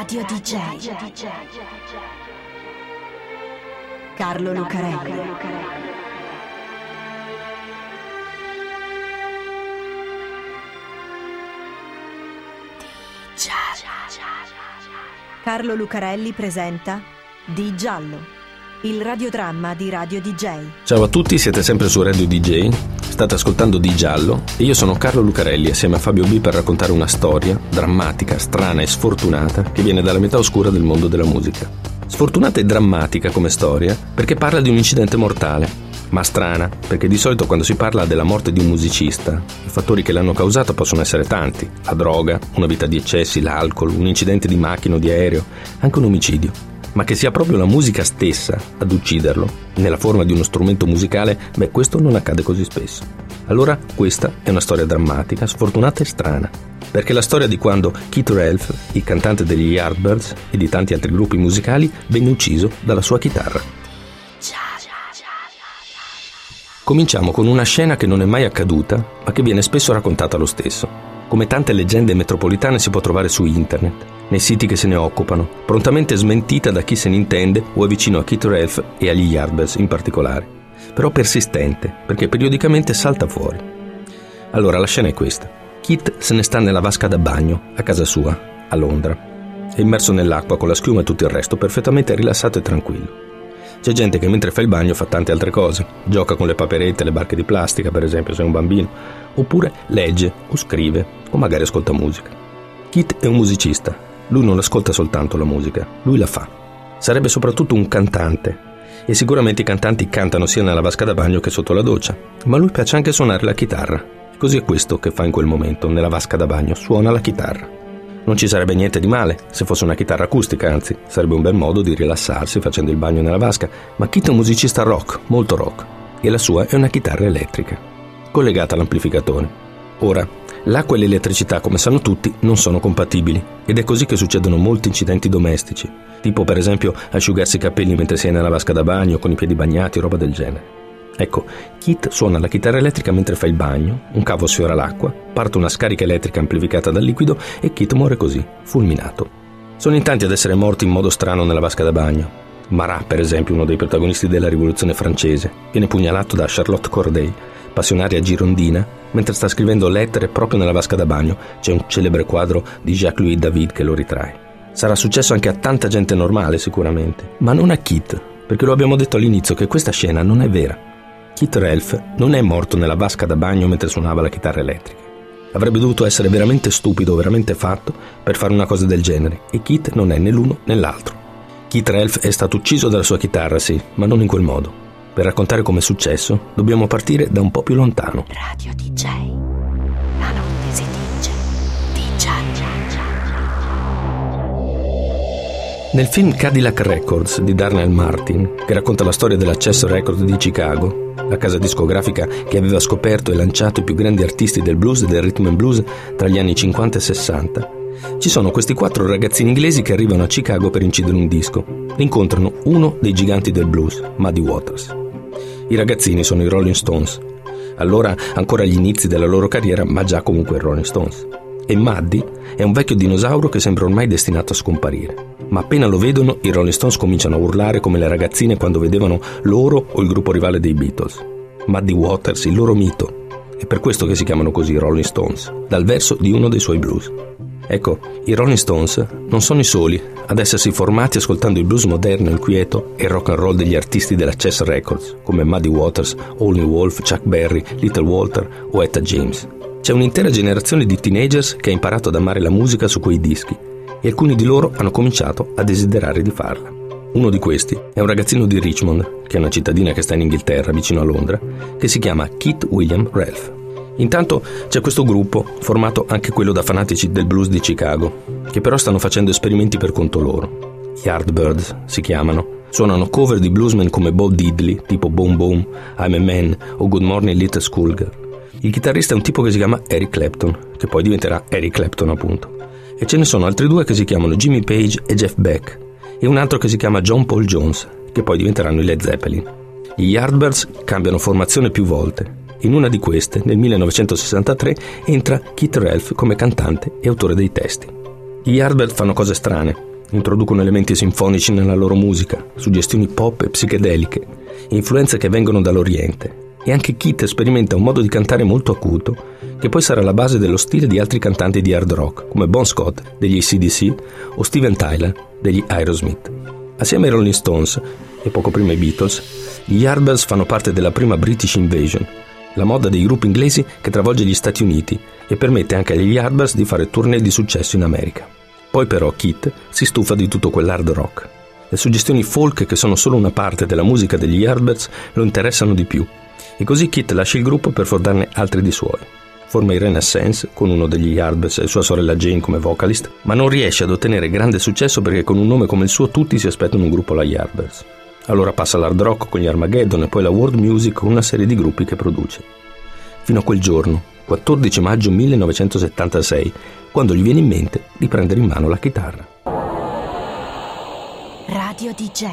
Radio DJ Carlo Lucarelli. Carlo Lucarelli presenta Di Giallo, il radiodramma di Radio DJ. Ciao a tutti, siete sempre su Radio DJ, state ascoltando Di Giallo e io sono Carlo Lucarelli assieme a Fabio B per raccontare una storia drammatica, strana e sfortunata che viene dalla metà oscura del mondo della musica. Sfortunata e drammatica come storia perché parla di un incidente mortale, ma strana perché di solito quando si parla della morte di un musicista i fattori che l'hanno causata possono essere tanti: la droga, una vita di eccessi, l'alcol, un incidente di macchina o di aereo, anche un omicidio. Ma che sia proprio la musica stessa ad ucciderlo, nella forma di uno strumento musicale, questo non accade così spesso. Allora questa è una storia drammatica, sfortunata e strana, perché è la storia di quando Keith Relf, il cantante degli Yardbirds e di tanti altri gruppi musicali, venne ucciso dalla sua chitarra. Cominciamo con una scena che non è mai accaduta, ma che viene spesso raccontata lo stesso. Come tante leggende metropolitane si può trovare su internet, nei siti che se ne occupano, prontamente smentita da chi se ne intende o è vicino a Keith Relf e agli Yardbirds in particolare, però persistente, perché periodicamente salta fuori. Allora la scena è questa: Keith se ne sta nella vasca da bagno, a casa sua, a Londra. È immerso nell'acqua con la schiuma e tutto il resto, perfettamente rilassato e tranquillo. C'è gente che mentre fa il bagno fa tante altre cose, gioca con le paperette, le barche di plastica per esempio se è un bambino, oppure legge o scrive o magari ascolta musica. Keith è un musicista, lui non ascolta soltanto la musica, lui la fa. Sarebbe soprattutto un cantante e sicuramente i cantanti cantano sia nella vasca da bagno che sotto la doccia, ma a lui piace anche suonare la chitarra. E così è questo che fa in quel momento, nella vasca da bagno, suona la chitarra. Non ci sarebbe niente di male se fosse una chitarra acustica, anzi, sarebbe un bel modo di rilassarsi facendo il bagno nella vasca, ma Keith è un musicista rock, molto rock, e la sua è una chitarra elettrica, collegata all'amplificatore. Ora, l'acqua e l'elettricità, come sanno tutti, non sono compatibili, ed è così che succedono molti incidenti domestici, tipo per esempio asciugarsi i capelli mentre si è nella vasca da bagno, con i piedi bagnati, roba del genere. Ecco, Keith suona la chitarra elettrica mentre fa il bagno, un cavo sfiora l'acqua, parte una scarica elettrica amplificata dal liquido e Keith muore così, fulminato. Sono in tanti ad essere morti in modo strano nella vasca da bagno. Marat, per esempio, uno dei protagonisti della rivoluzione francese, viene pugnalato da Charlotte Corday, passionaria girondina, mentre sta scrivendo lettere proprio nella vasca da bagno. C'è un celebre quadro di Jacques-Louis David che lo ritrae. Sarà successo anche a tanta gente normale sicuramente, ma non a Keith, perché lo abbiamo detto all'inizio che questa scena non è vera. Keith Relf non è morto nella vasca da bagno mentre suonava la chitarra elettrica. Avrebbe dovuto essere veramente stupido, veramente fatto, per fare una cosa del genere, e Keith non è né l'uno né l'altro. Keith Relf è stato ucciso dalla sua chitarra, sì, ma non in quel modo. Per raccontare come è successo, dobbiamo partire da un po' più lontano. Radio DJ, la notte si dice DJ. Nel film Cadillac Records di Darnell Martin, che racconta la storia della Chess Records di Chicago, la casa discografica che aveva scoperto e lanciato i più grandi artisti del blues e del rhythm and blues tra gli anni 50 e 60, ci sono questi 4 ragazzini inglesi che arrivano a Chicago per incidere un disco. Incontrano uno dei giganti del blues, Muddy Waters. I ragazzini sono i Rolling Stones, allora ancora agli inizi della loro carriera, ma già comunque i Rolling Stones. E Muddy è un vecchio dinosauro che sembra ormai destinato a scomparire. Ma appena lo vedono, i Rolling Stones cominciano a urlare come le ragazzine quando vedevano loro o il gruppo rivale dei Beatles. Muddy Waters, il loro mito. È per questo che si chiamano così i Rolling Stones, dal verso di uno dei suoi blues. Ecco, i Rolling Stones non sono i soli ad essersi formati ascoltando il blues moderno, il quieto e il rock and roll degli artisti della Chess Records, come Muddy Waters, Howlin' Wolf, Chuck Berry, Little Walter o Etta James. C'è un'intera generazione di teenagers che ha imparato ad amare la musica su quei dischi, e alcuni di loro hanno cominciato a desiderare di farla. Uno di questi è un ragazzino di Richmond, che è una cittadina che sta in Inghilterra, vicino a Londra, che si chiama Keith William Relf. Intanto c'è questo gruppo, formato anche quello da fanatici del blues di Chicago, che però stanno facendo esperimenti per conto loro. Yardbirds si chiamano. Suonano cover di bluesmen come Bo Diddley, tipo Boom Boom, I'm a Man o Good Morning Little Schoolgirl. Il chitarrista è un tipo che si chiama Eric Clapton, che poi diventerà Eric Clapton appunto. E ce ne sono altri 2 che si chiamano Jimmy Page e Jeff Beck, e un altro che si chiama John Paul Jones, che poi diventeranno i Led Zeppelin. Gli Yardbirds cambiano formazione più volte. In una di queste, nel 1963, entra Keith Relf come cantante e autore dei testi. Gli Yardbirds fanno cose strane. introducono elementi sinfonici nella loro musica, suggestioni pop e psichedeliche, influenze che vengono dall'Oriente. E anche Keith sperimenta un modo di cantare molto acuto, che poi sarà la base dello stile di altri cantanti di hard rock, come Bon Scott degli AC/DC o Steven Tyler degli Aerosmith. Assieme ai Rolling Stones, e poco prima ai Beatles, gli Yardbirds fanno parte della prima British Invasion, la moda dei gruppi inglesi che travolge gli Stati Uniti e permette anche agli Yardbirds di fare tournée di successo in America. Poi però Keith si stufa di tutto quell'hard rock. Le suggestioni folk, che sono solo una parte della musica degli Yardbirds, lo interessano di più. E così Keith lascia il gruppo per formarne altri di suoi. Forma i Renaissance con uno degli Yardbirds e sua sorella Jane come vocalist, ma non riesce ad ottenere grande successo perché con un nome come il suo tutti si aspettano un gruppo alla Yardbirds. Allora passa all'hard rock con gli Armageddon e poi la world music con una serie di gruppi che produce. Fino a quel giorno, 14 maggio 1976, quando gli viene in mente di prendere in mano la chitarra. Radio DJ.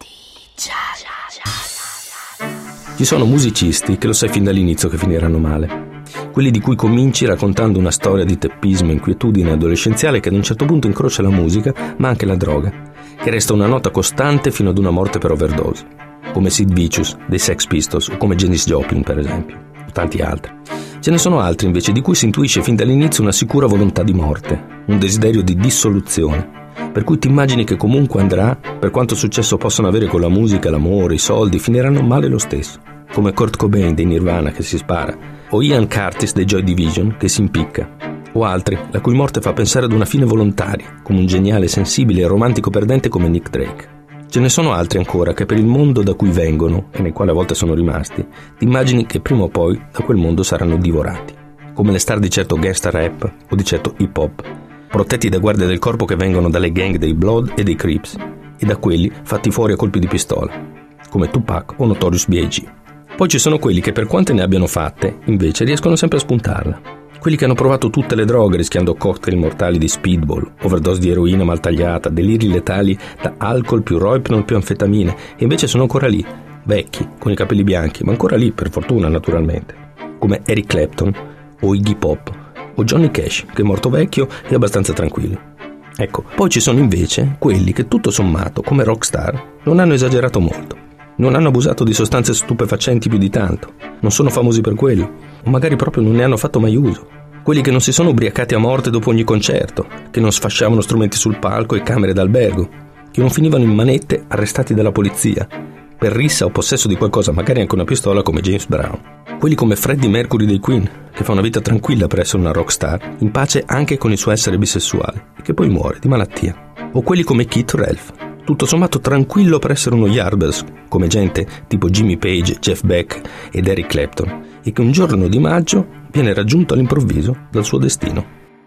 Ci sono musicisti che lo sai fin dall'inizio che finiranno male. Quelli di cui cominci raccontando una storia di teppismo e inquietudine adolescenziale che ad un certo punto incrocia la musica, ma anche la droga, che resta una nota costante fino ad una morte per overdose, come Sid Vicious dei Sex Pistols o come Janis Joplin, per esempio, o tanti altri. Ce ne sono altri invece di cui si intuisce fin dall'inizio una sicura volontà di morte, un desiderio di dissoluzione, per cui ti immagini che comunque andrà, per quanto successo possano avere con la musica, l'amore, i soldi, finiranno male lo stesso, come Kurt Cobain dei Nirvana che si spara, o Ian Curtis dei Joy Division che si impicca, o altri la cui morte fa pensare ad una fine volontaria, come un geniale, sensibile e romantico perdente come Nick Drake. Ce ne sono altri ancora che per il mondo da cui vengono, e nel quale a volte sono rimasti, ti immagini che prima o poi da quel mondo saranno divorati, come le star di certo gangsta rap o di certo hip hop, protetti da guardie del corpo che vengono dalle gang dei Blood e dei Crips, e da quelli fatti fuori a colpi di pistola, come Tupac o Notorious B.I.G. Poi ci sono quelli che, per quante ne abbiano fatte, invece riescono sempre a spuntarla. Quelli che hanno provato tutte le droghe rischiando cocktail mortali di speedball, overdose di eroina mal tagliata, deliri letali da alcol più roipnol più anfetamine, e invece sono ancora lì, vecchi, con i capelli bianchi, ma ancora lì, per fortuna naturalmente, come Eric Clapton o Iggy Pop o Johnny Cash, che è morto vecchio e abbastanza tranquillo. Ecco, poi ci sono invece quelli che tutto sommato, come rockstar, non hanno esagerato molto. Non hanno abusato di sostanze stupefacenti più di tanto, non sono famosi per quello, o magari proprio non ne hanno fatto mai uso. Quelli che non si sono ubriacati a morte dopo ogni concerto, che non sfasciavano strumenti sul palco e camere d'albergo, che non finivano in manette arrestati dalla polizia, per rissa o possesso di qualcosa, magari anche una pistola come James Brown. Quelli come Freddie Mercury dei Queen, che fa una vita tranquilla per essere una rockstar, in pace anche con il suo essere bisessuale, e che poi muore di malattia. O quelli come Keith Relf, tutto sommato tranquillo per essere uno Yardbirds, come gente tipo Jimmy Page, Jeff Beck ed Eric Clapton, e che un giorno di maggio viene raggiunto all'improvviso dal suo destino.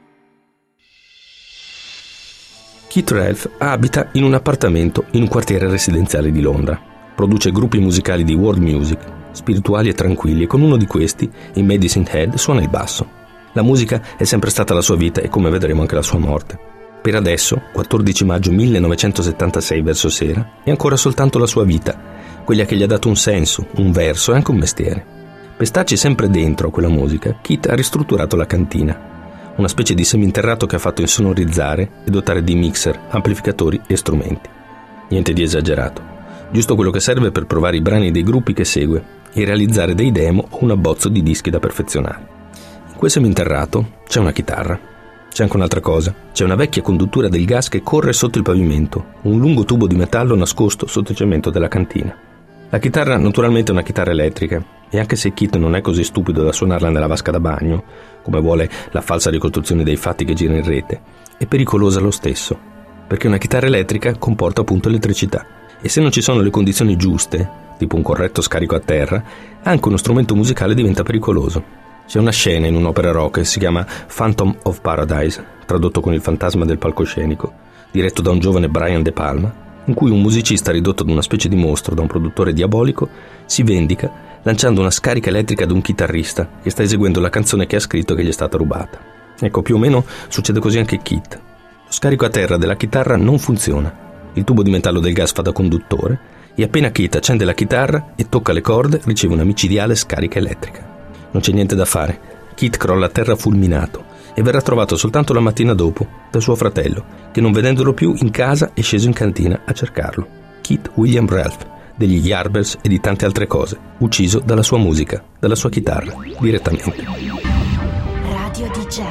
Keith Relf abita in un appartamento in un quartiere residenziale di Londra. Produce gruppi musicali di world music, spirituali e tranquilli, e con uno di questi, in Medicine Head, suona il basso. La musica è sempre stata la sua vita e, come vedremo, anche la sua morte. Per adesso, 14 maggio 1976 verso sera, è ancora soltanto la sua vita, quella che gli ha dato un senso, un verso e anche un mestiere. Per starci sempre dentro a quella musica, Keith ha ristrutturato la cantina, una specie di seminterrato che ha fatto insonorizzare e dotare di mixer, amplificatori e strumenti. Niente di esagerato, giusto quello che serve per provare i brani dei gruppi che segue e realizzare dei demo o un abbozzo di dischi da perfezionare. In quel seminterrato c'è una chitarra. C'è anche un'altra cosa, c'è una vecchia conduttura del gas che corre sotto il pavimento, un lungo tubo di metallo nascosto sotto il cemento della cantina. La chitarra naturalmente è una chitarra elettrica, e anche se Keith non è così stupido da suonarla nella vasca da bagno, come vuole la falsa ricostruzione dei fatti che gira in rete, è pericolosa lo stesso, perché una chitarra elettrica comporta appunto elettricità, e se non ci sono le condizioni giuste, tipo un corretto scarico a terra, anche uno strumento musicale diventa pericoloso. C'è una scena in un'opera rock che si chiama Phantom of Paradise, tradotto con il fantasma del palcoscenico, diretto da un giovane Brian De Palma, in cui un musicista ridotto ad una specie di mostro da un produttore diabolico si vendica lanciando una scarica elettrica ad un chitarrista che sta eseguendo la canzone che ha scritto che gli è stata rubata. Ecco, più o meno succede così anche a Keith. Lo scarico a terra della chitarra non funziona. Il tubo di metallo del gas fa da conduttore e appena Keith accende la chitarra e tocca le corde riceve una micidiale scarica elettrica. Non c'è niente da fare. Keith crolla a terra fulminato e verrà trovato soltanto la mattina dopo da suo fratello, che non vedendolo più in casa è sceso in cantina a cercarlo. Keith William Ralph, degli Yardbirds e di tante altre cose, ucciso dalla sua musica, dalla sua chitarra, direttamente. Radio DJ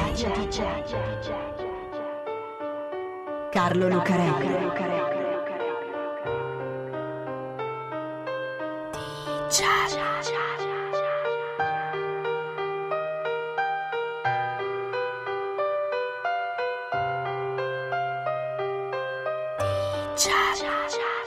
Carlo Lucarelli. DJ